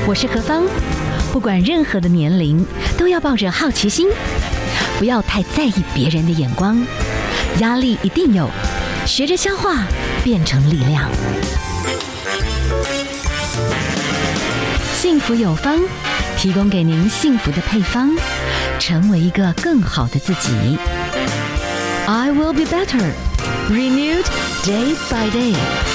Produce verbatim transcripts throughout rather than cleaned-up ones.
我是何芳，不管任何的年龄，都要抱着好奇心，不要太在意别人的眼光，压力一定有，学着消化，变成力量。幸福有方，提供给您幸福的配方，成为一个更好的自己。I will be better, renewed day by day。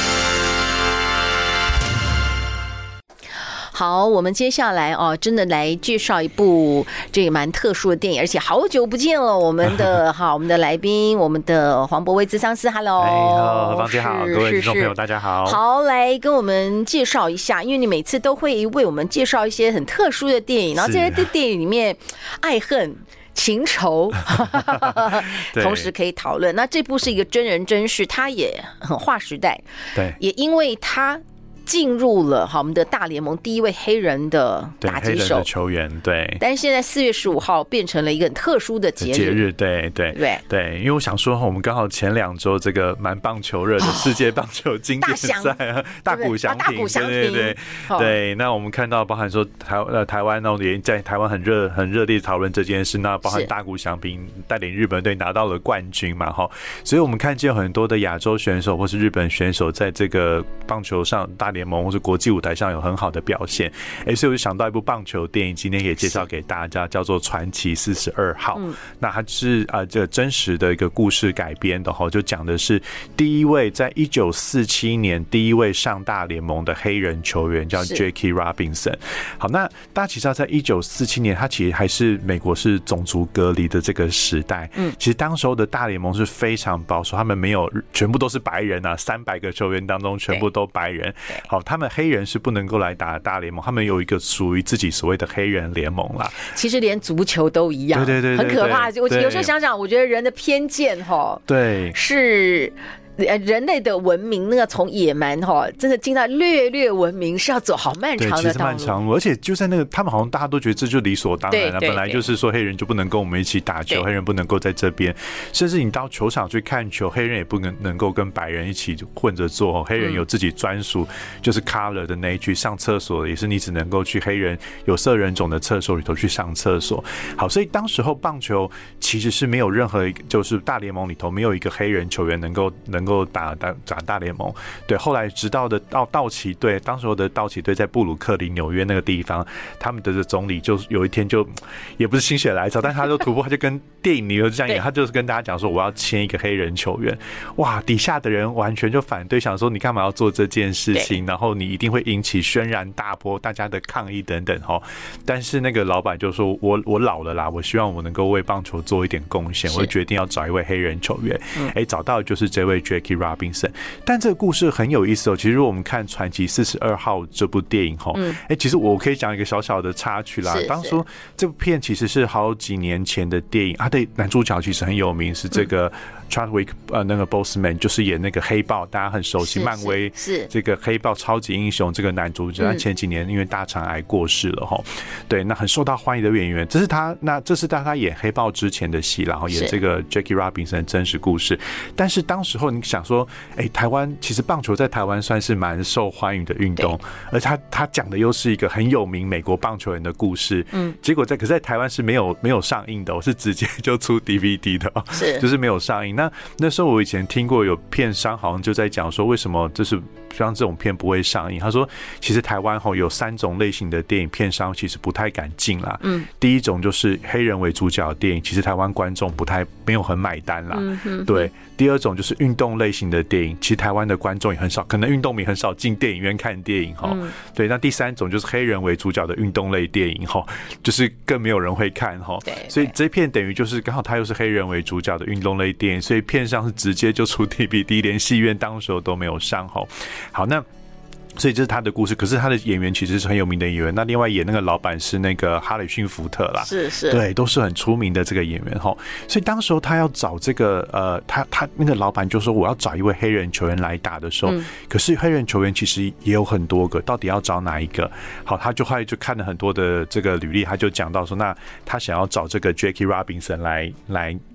好，我们接下来哦，真的来介绍一部这个蛮特殊的电影，而且好久不见了，我们的好，我们的来宾，我们的黄博威諮商師 ，Hello， 哎，好，何芳姐好，各位听众朋友大家好， 好，来跟我们介绍一下，因为你每次都会为我们介绍一些很特殊的电影，然后这些电影里面爱恨。情仇同时可以讨论。那这部是一个真人真事，它也很划时代， 对， 也因为它进入了我们的大联盟第一位黑人的打击手的球员，对。 但是现在四月十五号变成了一个很特殊的节日， 节日，对对对对。因为我想说，我们刚好前两周这个蛮棒球热的世界棒球经典赛啊，大谷翔平，对对对对。那我们看到，包含说台呃台湾呢，也在台湾很热很热烈讨论这件事。那包含大谷翔平带领日本队拿到了冠军嘛，哈。所以我们看见很多的亚洲选手或是日本选手在这个棒球上大联盟或是国际舞台上有很好的表现，哎，所以我就想到一部棒球电影，今天也介绍给大家，叫做《传奇四十二号》。嗯、那它是啊、呃，这个真实的一个故事改编的哈，就讲的是第一位在一九四七年第一位上大联盟的黑人球员叫 Jackie Robinson。好，那大家其实要在一九四七年，他其实还是美国是种族隔离的这个时代。嗯，其实当时候的大联盟是非常保守，他们没有全部都是白人啊，三百个球员当中全部都白人。好，他们黑人是不能够来打大联盟，他们有一个属于自己所谓的黑人联盟啦。 其实连足球都一样， 对对 对, 对， 很可怕。我有时候想想，我觉得人的偏见哈，对，是。人类的文明那个从野蛮哈，真的进到略略文明是要走好漫长的道路， 对，其实漫长路，而且就在那个他们好像大家都觉得这就理所当然了，本来就是说黑人就不能跟我们一起打球，黑人不能够在这边，甚至你到球场去看球，黑人也不能能够跟白人一起混着做，黑人有自己专属就是 color 的那一区，上厕所也是你只能够去黑人有色人种的厕所里头去上厕所。好，所以当时候棒球其实是没有任何就是大联盟里头没有一个黑人球员能够能够打打打大联盟，对，后来直到的道道奇队，当时候的道奇队在布鲁克林纽约那个地方，他们的总理就有一天就也不是心血来潮，但他就突破，他就跟电影里头这样演，他就是跟大家讲说我要签一个黑人球员，哇，底下的人完全就反对，想说你干嘛要做这件事情，然后你一定会引起轩然大波，大家的抗议等等哈。但是那个老板就说我我老了啦，我希望我能够为棒球做一点贡献，我就决定要找一位黑人球员，哎、嗯，找到的就是这位 Jackie Robinson。但这个故事很有意思哦。其实如果我们看《传奇四十二号》这部电影哈，嗯，哎，其实我可以讲一个小小的插曲啦。当初这部片其实是好几年前的电影，它的男主角其实很有名，是这个 Chadwick 呃那个 Boseman， 就是演那个黑豹，大家很熟悉漫威是这个黑豹超级英雄这个男主角，他前几年因为大肠癌过世了哈。对，那很受到欢迎的演员，这是他那这是他他演黑豹之前的戏，然后演这个 Jackie Robinson 的真实故事。但是当时候你想说，哎，台湾其实棒球在台湾算是蛮受欢迎的运动，而他他讲的又是一个很有名美国棒球员的故事，嗯，结果在可是在台湾是没有没有上映的、哦，是直接就出 D V D 的、哦，是就是没有上映。那那时候我以前听过有片商好像就在讲说，为什么就是像这种片不会上映？他说，其实台湾吼有三种类型的电影片商其实不太敢进啦，嗯，第一种就是黑人为主角的电影，其实台湾观众不太没有很买单啦，嗯哼哼，对。第二种就是运动类型的电影，其实台湾的观众也很少，可能运动迷很少进电影院看电影哈、嗯。对，那第三种就是黑人为主角的运动类电影哈，就是更没有人会看哈。所以这片等于就是刚好他又是黑人为主角的运动类电影，所以片上是直接就出 D V D， 连戏院当时都没有上哈。好，那。所以这是他的故事，可是他的演员其实是很有名的演员。那另外演那个老板是那个哈里逊福特啦，是是，对，都是很出名的这个演员哈。所以当时候他要找这个呃，他他那个老板就说我要找一位黑人球员来打的时候，嗯、可是黑人球员其实也有很多个，到底要找哪一个？好，他就后来就看了很多的这个履历，他就讲到说，那他想要找这个 Jackie Robinson 来来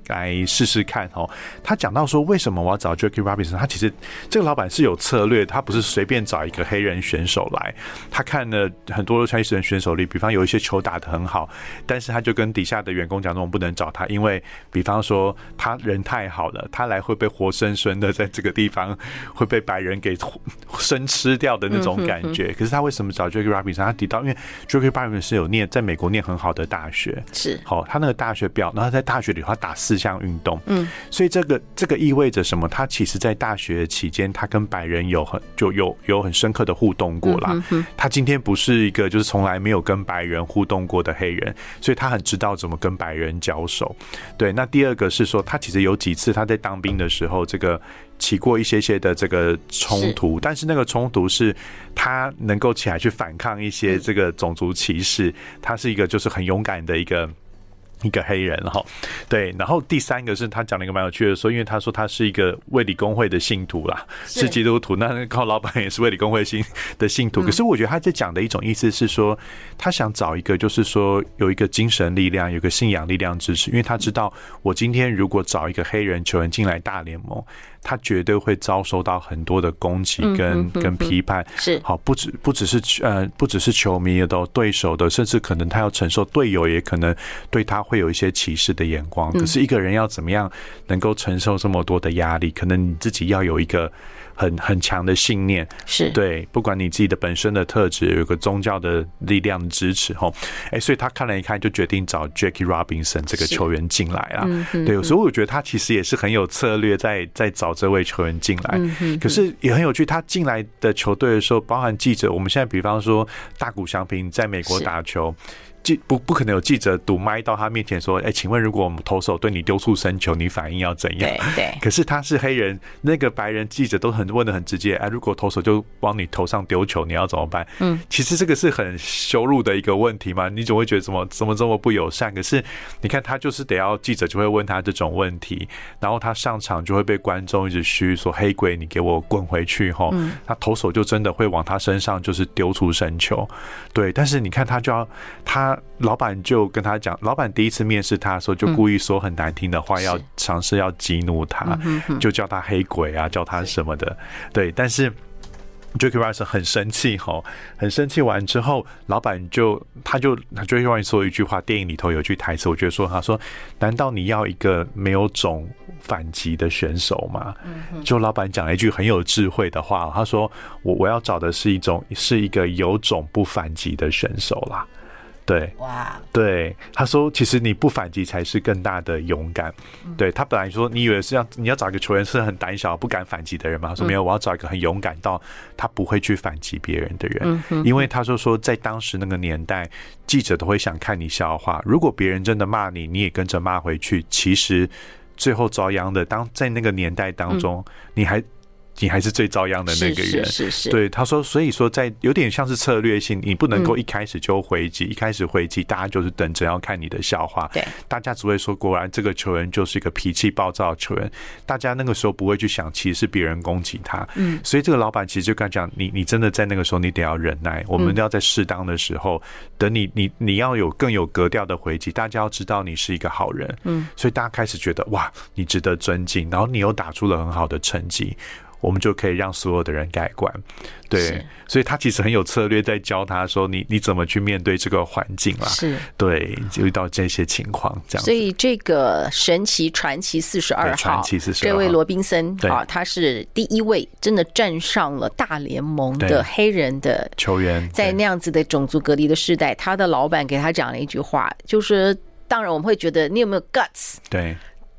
来试试看哦。他讲到说，为什么我要找 Jackie Robinson？ 他其实这个老板是有策略，他不是随便找一个黑人选手来。他看了很多超级人选手里，比方有一些球打得很好，但是他就跟底下的员工讲说，我们不能找他，因为比方说他人太好了，他来会被活生生的在这个地方会被白人给生吃掉的那种感觉。嗯、可是他为什么找 Jackie Robinson？ 他提到，因为 Jackie Robinson 是有念在美国念很好的大学， 是好，他那个大学表，然后在大学里他打四项运动，嗯，所以这个这个意味着什么？他其实在大学期间，他跟白人有很就有有很深刻的互动过啦。嗯、他今天不是一个就是从来没有跟白人互动过的黑人，所以他很知道怎么跟白人交手。对，那第二个是说，他其实有几次他在当兵的时候，这个起过一些些的这个冲突，但是那个冲突是他能够起来去反抗一些这个种族歧视，他是一个就是很勇敢的一个。一个黑人哈，对，然后第三个是他讲了一个蛮有趣的说，因为他说他是一个卫理公会的信徒啦，是, 是基督徒，那靠老板也是卫理公会的信徒，可是我觉得他在讲的一种意思是说，他想找一个就是说有一个精神力量，有一个信仰力量支持，因为他知道我今天如果找一个黑人球员进来大联盟，他绝对会遭受到很多的攻击跟、嗯、跟批判， 是好，不只不只是呃不只是球迷的对手的，甚至可能他要承受队友也可能对他会有一些歧视的眼光。可是一个人要怎么样能够承受这么多的压力？可能你自己要有一个很很强的信念，是对，不管你自己的本身的特质，有一个宗教的力量的支持吼，哎，所以他看了一看，就决定找 Jackie Robinson 这个球员进来啦。嗯、对，所以我觉得他其实也是很有策略在，在在找这位球员进来。嗯、可是也很有趣，他进来的球队的时候，包含记者，我们现在比方说大谷翔平在美国打球。不不可能有记者堵麦到他面前说：“哎、欸，请问如果我们投手对你丢出生球，你反应要怎样？” 对对。 可是他是黑人，那个白人记者都很问得很直接：“哎、啊，如果投手就往你头上丢球，你要怎么办？”嗯，其实这个是很羞辱的一个问题嘛，你总会觉得怎么怎么这么不友善。可是你看，他就是得要记者就会问他这种问题，然后他上场就会被观众一直嘘说：“黑鬼，你给我滚回去！”吼，嗯、那投手就真的会往他身上就是丢出生球。对，但是你看他就要他。老板就跟他讲，老板第一次面试他的时候，就故意说很难听的话，要尝试要激怒他，就叫他黑鬼啊，叫他什么的。对，但是 Jackie Robinson 很生气吼，很生气完之后，老板就他就他就会说一句话，电影里头有句台词，我觉得说他说：“难道你要一个没有种反击的选手吗？”就老板讲了一句很有智慧的话，他说：“我我要找的是一种是一个有种不反击的选手啦。”对，哇，对，他说，其实你不反击才是更大的勇敢。嗯、对他本来说，你以为是要你要找一个球员是很胆小、不敢反击的人吗？他说没有，我要找一个很勇敢到他不会去反击别人的人。嗯、因为他就说，在当时那个年代，记者都会想看你笑话，如果别人真的骂你，你也跟着骂回去，其实最后遭殃的，当在那个年代当中，嗯、你还。你还是最遭殃的那个人， 是是 是, 是。 对，他说，所以说在有点像是策略性，你不能够一开始就回击，嗯、一开始回击，大家就是等着要看你的笑话。对，大家只会说，果然这个球员就是一个脾气暴躁的球员。大家那个时候不会去想，其实是别人攻击他。嗯，所以这个老板其实就跟他讲，你你真的在那个时候，你得要忍耐，我们要在适当的时候，等你你你要有更有格调的回击，大家要知道你是一个好人。嗯，所以大家开始觉得哇，你值得尊敬，然后你又打出了很好的成绩。我们就可以让所有的人改观，对，所以他其实很有策略在教他说你你怎么去面对这个环境啦，是，对，就遇到这些情况这样。 所以这个神奇传奇四十二号， 传奇四十二号， 这位罗宾森啊，他是第一位真的站上了大联盟的黑人的球员， 在那样子的种族隔离的时代，他的老板给他讲了一句话，就是当然我们会觉得你有没有 guts？ 对。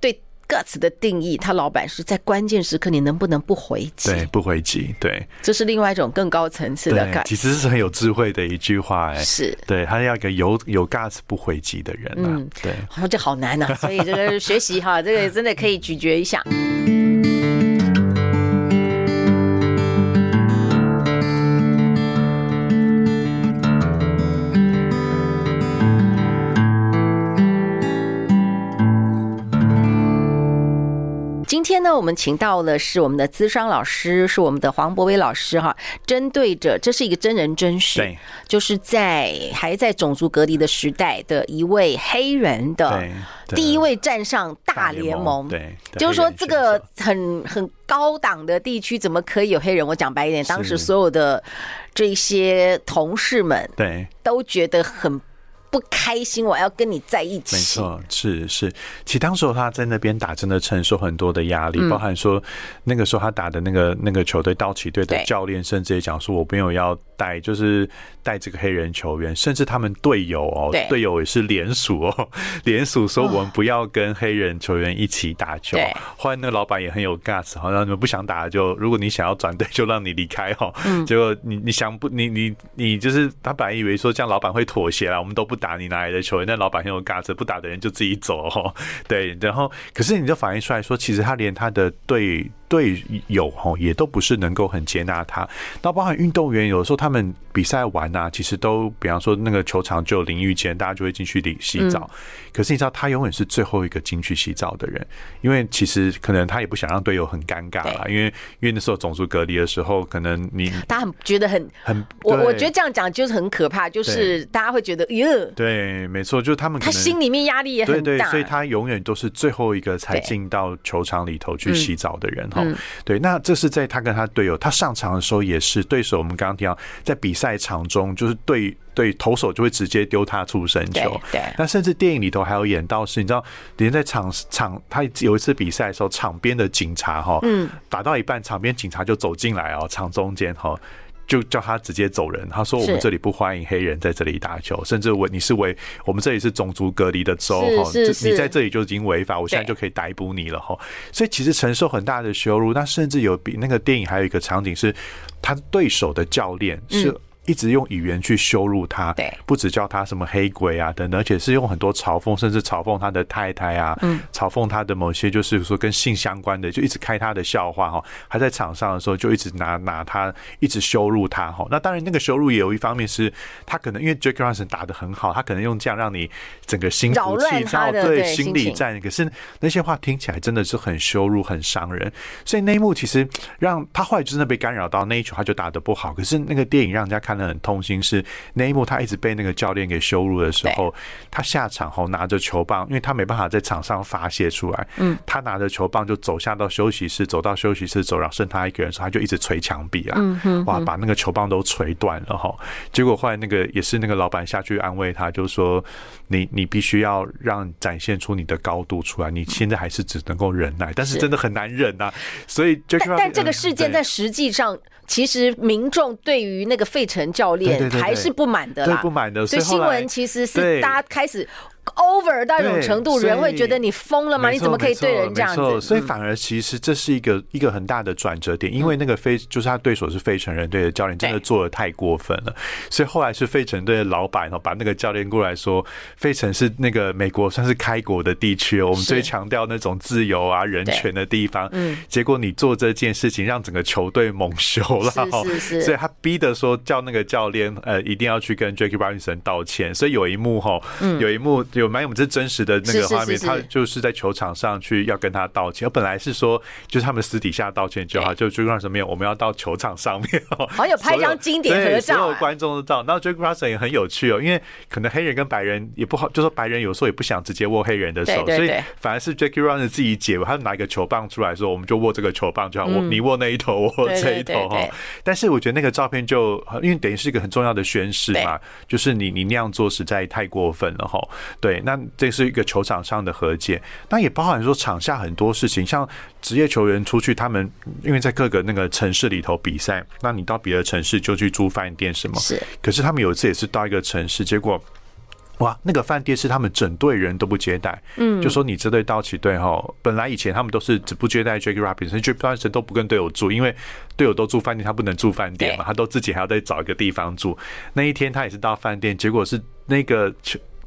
guts 的定义，他老板是在关键时刻你能不能不回击？ 对，不回击，对， 这是另外一种更高层次的 guts， 其实是很有智慧的一句话，哎， 是， 对，他要一个有有 guts 不回击的人啊，嗯，对， 好，这好难啊，所以这个学习哈，这个真的可以咀嚼一下。今天天呢，我们请到了是我们的资商老师，是我们的黄博威老师哈，针对着这是一个真人真事，对，就是在还在种族隔离的时代的一位黑人的第一位站上大联盟， 对， 就是说这个很很高档的地区怎么可以有黑人？我讲白一点，当时所有的这些同事们对都觉得很不开心，我要跟你在一起。 没错，是是。其实当时他在那边打，真的承受很多的压力，嗯、包含说那个时候他打的那个那个球队道奇队的教练，甚至也讲说，我没有要带，就是带这个黑人球员，甚至他们队友哦，队友也是联署哦，联署说我们不要跟黑人球员一起打球。后来那个老板也很有 guts， 好像你们不想打就，如果你想要转队，就让你离开哈。嗯、结果你你想不，你你你就是他本来以为说这样老板会妥协啦，我们都不打你哪来的球员？但老板很有 guts， 不打的人就自己走哦。对，然后可是你就反映出来说，其实他连他的队队友也都不是能够很接纳他。那包含运动员，有时候他们比赛完啊，其实都比方说那个球场就有淋浴间，大家就会进去洗澡。嗯、可是你知道，他永远是最后一个进去洗澡的人，因为其实可能他也不想让队友很尴尬啦，因为因为那时候种族隔离的时候，可能你大家很觉得很很，我我觉得这样讲就是很可怕，就是大家会觉得哟， 对，没错，就是他们可能他心里面压力也很大， 对对，所以他永远都是最后一个才进到球场里头去洗澡的人。嗯、对，那这是在他跟他队友，他上场的时候也是对手。我们刚刚提到，在比赛场中，就是对对投手就会直接丢他触身球。对，那甚至电影里头还有演到是，你知道，连在场场他有一次比赛的时候，场边的警察哈，嗯，打到一半，场边警察就走进来哦，场中间哈。就叫他直接走人。他说：“我们这里不欢迎黑人在这里打球，甚至我你是违我们这里是种族隔离的州哈，你在这里就已经违法，我现在就可以逮捕你了哈。”所以其实承受很大的羞辱。那甚至有比那个电影还有一个场景是，他对手的教练是。嗯一直用语言去羞辱他，不只叫他什么黑鬼啊等等，而且是用很多嘲讽，甚至嘲讽他的太太啊，嗯、嘲讽他的某些就是说跟性相关的，就一直开他的笑话哈。还在场上的时候就一直拿拿他，一直羞辱他哈。那当然那个羞辱也有一方面是他可能因为 Jackie Robinson 打得很好，他可能用这样让你整个心浮气躁，对心理战。可是那些话听起来真的是很羞辱、很伤人。所以那一幕其实让他后来就真的被干扰到，那一球他就打得不好。可是那个电影让人家看很痛心，是那一幕他一直被那个教练给羞辱的时候，他下场后拿着球棒，因为他没办法在场上发泄出来，嗯，他拿着球棒就走下到休息室，走到休息室走，然后剩他一个人的时候，他就一直捶墙壁啊，嗯哼哼，哇，把那个球棒都捶断了哈。结果后来那个也是那个老板下去安慰他，就说你你必须要让展现出你的高度出来，你现在还是只能够忍耐，但是真的很难忍啊。所以但但这个事件在实际上。其实民众对于那个费城教练还是不满的啦， 对不满的， 所以新闻其实是大家开始 over 到一种程度，人会觉得你疯了吗？你怎么可以对人这样子？ 所以反而其实这是一个一个很大的转折点，因为那个费就是他对手是费城人队的教练，真的做得太过分了，所以后来是费城队的老板把那个教练过来说，费城是那个美国算是开国的地区，我们最强调那种自由啊人权的地方，结果你做这件事情让整个球队蒙羞了， 是是是， 所以他逼得说叫那个教练呃一定要去跟 Jackie Robinson 道歉，所以有一幕哈，有一幕有蛮有这真实的那个画面，他就是在球场上去要跟他道歉。本来是说就是他们私底下道歉就好，就 Jackie Robinson 没有，我们要到球场上面哦， 好有拍一张经典合照， 所有观众都到。然后 Jackie Robinson 也很有趣哦，因为可能黑人跟白人也不好，就说白人有时候也不想直接握黑人的手，所以反而是 Jackie Robinson 自己解围，他拿一个球棒出来说，我们就握这个球棒就好，我你握那一头，我握这一头哈。但是我觉得那个照片就因为等于是一个很重要的宣示嘛，就是你你那样做实在太过分了哈。对，那这是一个球场上的和解，那也包含说场下很多事情，像职业球员出去，他们因为在各个那个城市里头比赛，那你到别的城市就去租饭店什么，是。可是他们有一次也是到一个城市，结果。哇，那个饭店是他们整队人都不接待，嗯，就说你这队道奇队哈，本来以前他们都是只不接待 Jackie Robinson，Jackie Robinson 都不跟队友住，因为队友都住饭店，他不能住饭店嘛，他都自己还要再找一个地方住。那一天他也是到饭店，结果是那个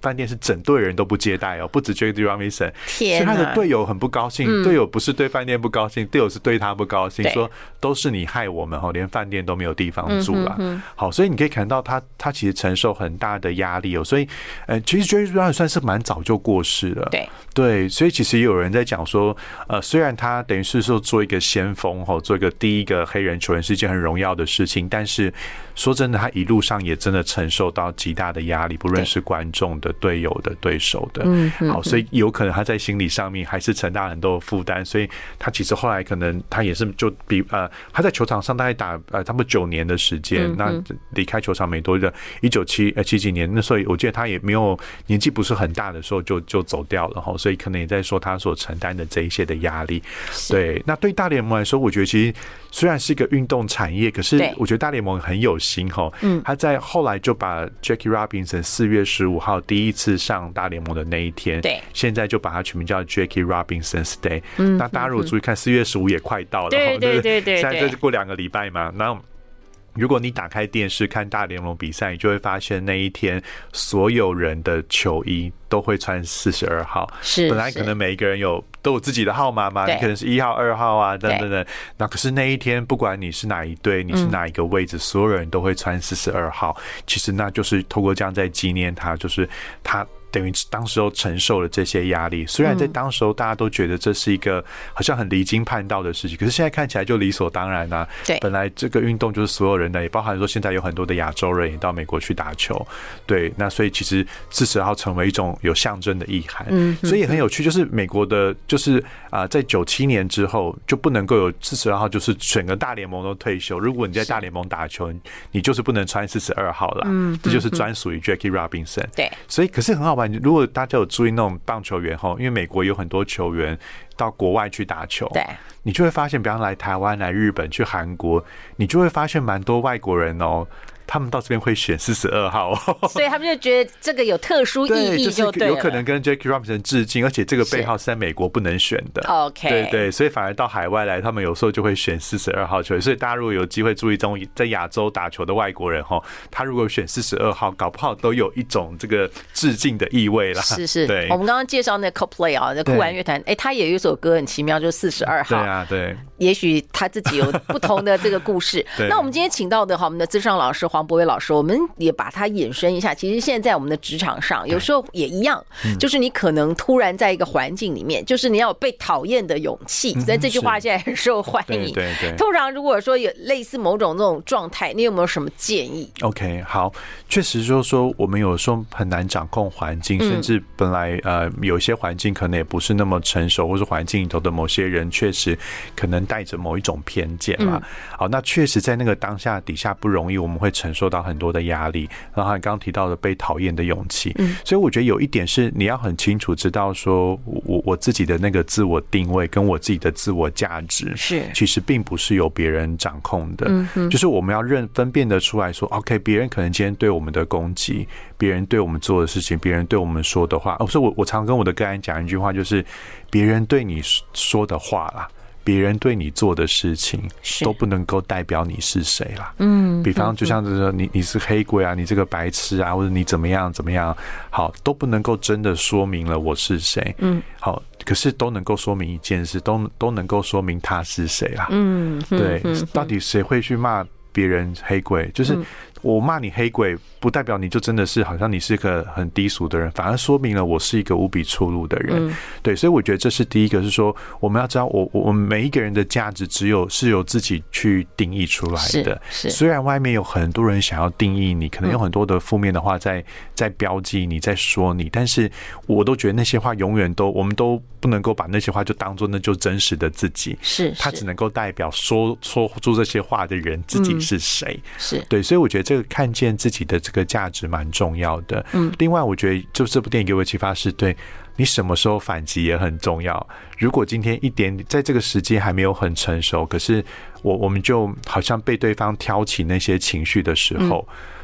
饭店是整队人都不接待哦，不止 Jackie Robinson， 所以他的队友很不高兴，队友不是对饭店不高兴，队友是对他不高兴，说都是你害我们哦，连饭店都没有地方住了。好，所以你可以看到他他其实承受很大的压力哦，所以呃，其实 Jackie Robinson 算是蛮早就过世了，对对，所以其实也有人在讲说，呃，虽然他等于是说做一个先锋哦，做一个第一个黑人球员是一件很荣耀的事情，但是说真的，他一路上也真的承受到极大的压力，不论是观众的、队友的、对手的，好，所以有可能他在心理上面还是承担很多的负担，所以他其实后来可能他也是就比呃他在球场上大概打呃差不多九年的时间，那离开球场没多久，一九七呃七几年那时候，我记得他也没有年纪不是很大的时候就就走掉了哈，所以可能也在说他所承担的这一些的压力。对，那对大联盟来说，我觉得其实虽然是一个运动产业，可是我觉得大联盟很有心哈，他在后来就把 Jackie Robinson 四月十五号第一次上大联盟的那一天，对，现在就把它取名叫 Jackie Robinson's Day。那大家如果注意看，四月十五也快到了，对对对对，现在就是过两个礼拜嘛，然后。如果你打开电视看大联盟比赛，你就会发现那一天所有人的球衣都会穿四十二号。是，本来可能每一个人有都有自己的号码嘛，你可能是一号、二号啊，等等等。那可是那一天，不管你是哪一队，你是哪一个位置，所有人都会穿四十二号。其实那就是透过这样在纪念他，就是他。等于当时候承受了这些压力，虽然在当时候大家都觉得这是一个好像很离经叛道的事情，可是现在看起来就理所当然啊。对，本来这个运动就是所有人的，也包含说现在有很多的亚洲人也到美国去打球。对，那所以其实四十号成为一种有象征的意涵。嗯，所以也很有趣，就是美国的，就是啊，在九七年之后就不能够有四十二号，就是整个大联盟都退休。如果你在大联盟打球，你就是不能穿四十二号啦。嗯，这就是专属于 Jackie Robinson。对，所以可是很好玩。如果大家有注意那种棒球员后，因为美国有很多球员到国外去打球，对，你就会发现，比方来台湾、来日本、去韩国，你就会发现蛮多外国人哦。他们到这边会选四十二号， 所以他们就觉得这个有特殊意义，就对了， 有可能跟 Jackie Robinson 致敬，而且这个背号是在美国不能选的。OK， 对对，所以反而到海外来，他们有时候就会选四十二号球员。所以大家如果有机会注意这种在亚洲打球的外国人哈，他如果选四十二号，搞不好都有一种这个致敬的意味啦。是是，对。我们刚刚介绍那 Coldplay 啊，那酷玩乐团，哎，他也有一首歌很奇妙，就是四十二号。 对啊，对。 也许他自己有不同的这个故事。那我们今天请到的哈，我们的资深老师黄柏惟老师，我们也把它衍生一下。其实现在我们的职场上，有时候也一样，就是你可能突然在一个环境里面，就是你要有被讨厌的勇气。所以这句话现在很受欢迎。对对。通常如果说有类似某种这种状态，你有没有什么建议 ？OK， 好，确实就是说，我们有时候很难掌控环境，甚至本来呃有些环境可能也不是那么成熟，或是环境里头的某些人确实可能带着某一种偏见嘛。好，那确实在那个当下底下不容易，我们会承受到很多的压力。然后你刚刚提到的被讨厌的勇气，所以我觉得有一点是你要很清楚知道说，我我自己的那个自我定位跟我自己的自我价值是其实并不是由别人掌控的。就是我们要认分辨得出来说 ，OK， 别人可能今天对我们的攻击，别人对我们做的事情，别人对我们说的话，哦，所以我我常跟我的个案讲一句话，就是别人对你说的话啦。别人对你做的事情都不能够代表你是谁啦。嗯，比方就像是说你你是黑鬼啊，你这个白痴啊，或者你怎么样怎么样，好，都不能够真的说明了我是谁。嗯，好，可是都能够说明一件事，都都能够说明他是谁啦。嗯，对，到底谁会去骂别人黑鬼？就是我骂你黑鬼，不代表你就真的是好像你是个很低俗的人，反而说明了我是一个无比粗鲁的人。嗯、对，所以我觉得这是第一个，是说我们要知道我，我我们每一个人的价值只有是由自己去定义出来的。是，是虽然外面有很多人想要定义你，可能有很多的负面的话在在标记你，在说你，但是我都觉得那些话永远都，我们都不能够把那些话就当作那就真实的自己。是，它只能够代表说说出这些话的人自己是谁。嗯、是对，所以我觉得这个看见自己的这个价值蛮重要的。嗯，另外我觉得就这部电影给我的启发是，对你什么时候反击也很重要。如果今天一点在这个时机还没有很成熟，可是我我们就好像被对方挑起那些情绪的时候。嗯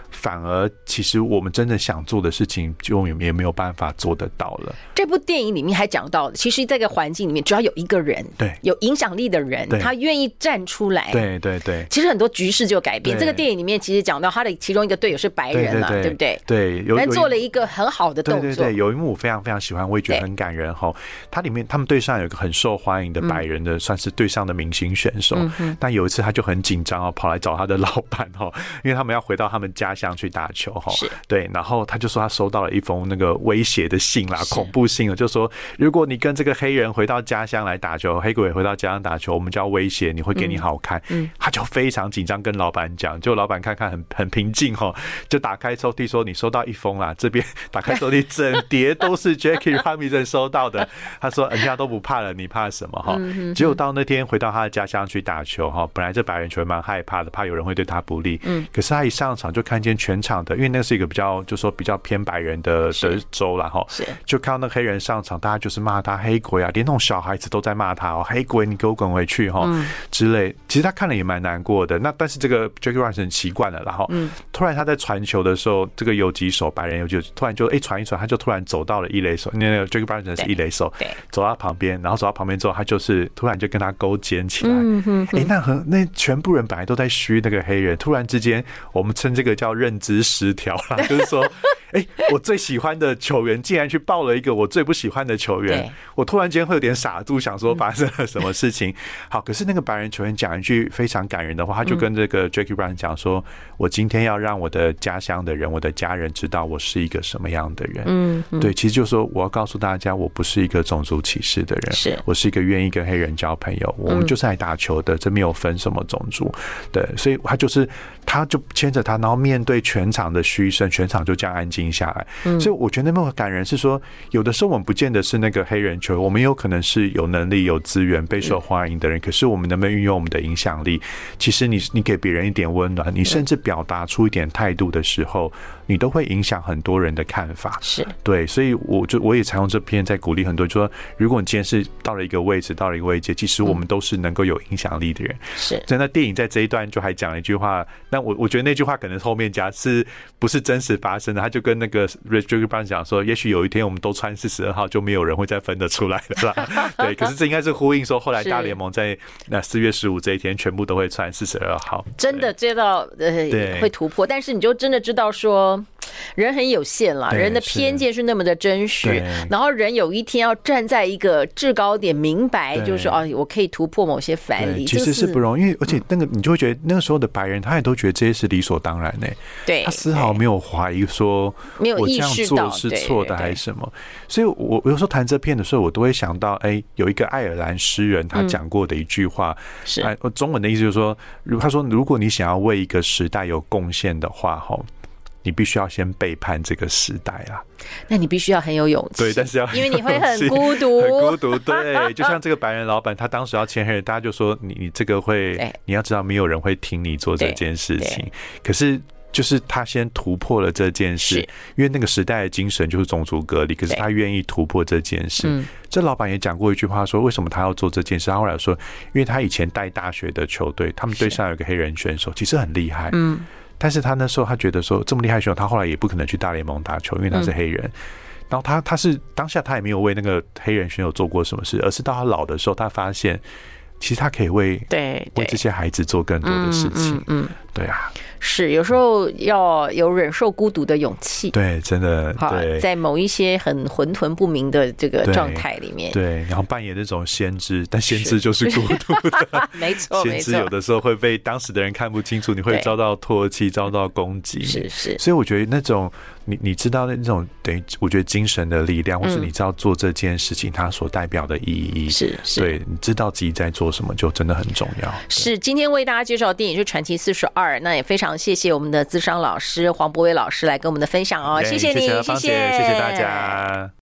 反而其实我们真的想做的事情就也没有办法做得到了。 这部电影里面还讲到，其实这个环境里面只要有一个人， 对， 有影响力的人，他愿意站出来， 对对对， 其实很多局势就改变。这个电影里面其实讲到他的其中一个队友是白人嘛， 对, 对, 对, 对不对？ 对，有人做了一个很好的动作。 对对对，有一幕我非常非常喜欢，我也觉得很感人哈。它里面他们队上有一个很受欢迎的白人的，嗯、算是队上的明星选手。嗯、但有一次他就很紧张哦，跑来找他的老板哈，因为他们要回到他们家乡去打球哈。对，然后他就说他收到了一封那个威胁的信啦，恐怖信了，就说如果你跟这个黑人回到家乡来打球，黑鬼回到家乡打球，我们就要威胁你会给你好看。嗯，他就非常紧张跟老板讲，就老板看看很很平静哈，就打开抽屉说你收到一封啦，这边打开抽屉整叠都是 Jackie Robinson 收到的。他说人家都不怕了，你怕什么哈？结果到那天回到他的家乡去打球哈，本来这白人球员蛮害怕的，怕有人会对他不利。嗯，可是他一上场就看见全场的，因为那是一个比较就说比较偏白人的的州啦哈，就看到那个黑人上场，大家就是骂他黑鬼啊，连那种小孩子都在骂他哦，黑鬼你给我滚回去哈之类。其实他看了也蛮难过的。那但是这个 Jackie Robinson 习惯了，然后突然他在传球的时候，这个游击手白人游击手突然就哎传一传，他就突然走到了一垒手，那个 Jackie Robinson 是一垒手，走到旁边，然后走到旁边之后，他就是突然就跟他勾肩起来。哎，那和那全部人本来都在嘘那个黑人，突然之间我们称这个叫认知失调啦，就是说。哎、欸，我最喜欢的球员竟然去抱了一个我最不喜欢的球员，我突然间会有点傻住，想说发生了什么事情。好，可是那个白人球员讲一句非常感人的话，他就跟这个 Jackie Robinson 讲说：“我今天要让我的家乡的人，我的家人知道我是一个什么样的人。”嗯，对，其实就是说我要告诉大家，我不是一个种族歧视的人，是我是一个愿意跟黑人交朋友，我们就是来打球的，这没有分什么种族。对，所以他就是他就牵着他，然后面对全场的嘘声，全场就这样安静下来。嗯、所以我觉得那么感人是说，有的时候我们不见得是那个黑人球员，我们有可能是有能力、有资源、备受欢迎的人。可是我们能不能运用我们的影响力？其实你你给别人一点温暖，你甚至表达出一点态度的时候，你都会影响很多人的看法。是对，所以我就我也常用这篇在鼓励很多人，就说如果你今天是到了一个位置，到了一个位阶，其实我们都是能够有影响力的人。是，在那电影在这一段就还讲了一句话，但我我觉得那句话可能后面加是不是真实发生的？他就跟那个 Jackie Robinson 讲说，也许有一天我们都穿四十二号，就没有人会再分得出来了啦。对，可是这应该是呼应说，后来大联盟在那四月十五这一天，全部都会穿四十二号。真的接到呃会突破，但是你就真的知道说。人很有限啦，人的偏见是那么的真实，然后人有一天要站在一个制高点，明白就是说哦，我可以突破某些藩篱，其实是不容易，因为而且那个你就会觉得那个时候的白人，他也都觉得这些是理所当然的，对，他丝毫没有怀疑说没有意识到是错的还是什么。所以我有时候谈这片的时候，我都会想到，哎，有一个爱尔兰诗人他讲过的一句话，是中文的意思就是说，他说如果你想要为一个时代有贡献的话，哈。你必须要先背叛这个时代啦，那你必须要很有勇气，对，但是要因为你会很孤独，很孤独，对，就像这个白人老板，他当时要签黑人，大家就说你你这个会，你要知道没有人会听你做这件事情，可是就是他先突破了这件事，因为那个时代的精神就是种族隔离，可是他愿意突破这件事。嗯、这老板也讲过一句话说，为什么他要做这件事？他后来说，因为他以前带大学的球队，他们队上有一个黑人选手，其实很厉害，嗯。但是他那时候他觉得说这么厉害的选手，他后来也不可能去大联盟打球，因为他是黑人。嗯、然后他他是当下他也没有为那个黑人选手做过什么事，而是到他老的时候，他发现其实他可以为对为这些孩子做更多的事情。嗯，嗯嗯对啊，是有时候要有忍受孤独的勇气。对，真的，对，在某一些很混沌不明的这个状态里面，对，然后扮演那种先知，但先知就是孤独的，没错，先知有的时候会被当时的人看不清楚，你会遭到唾弃，遭到攻击，是是。所以我觉得那种你你知道那种等于我觉得精神的力量，或是你知道做这件事情它所代表的意义，是是，对，你知道自己在做什么，就真的很重要。是，今天为大家介绍的电影是《传奇四十二》。那也非常谢谢我们的諮商老师黄柏惟老师来跟我们的分享哦，谢谢你，谢谢，谢谢大家。